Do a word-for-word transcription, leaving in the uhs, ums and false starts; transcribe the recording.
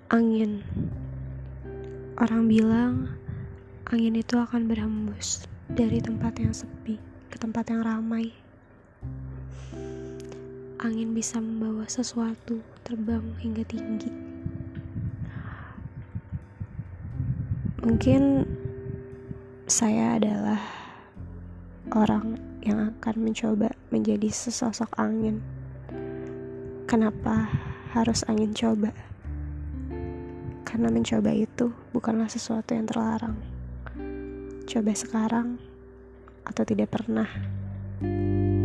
Angin. Orang bilang angin itu akan berhembus dari tempat yang sepi ke tempat yang ramai. Angin bisa membawa sesuatu terbang hingga tinggi. Mungkin saya adalah orang yang akan mencoba menjadi sesosok angin. Kenapa harus angin coba? Karena mencoba itu bukanlah sesuatu yang terlarang. Coba sekarang atau tidak pernah.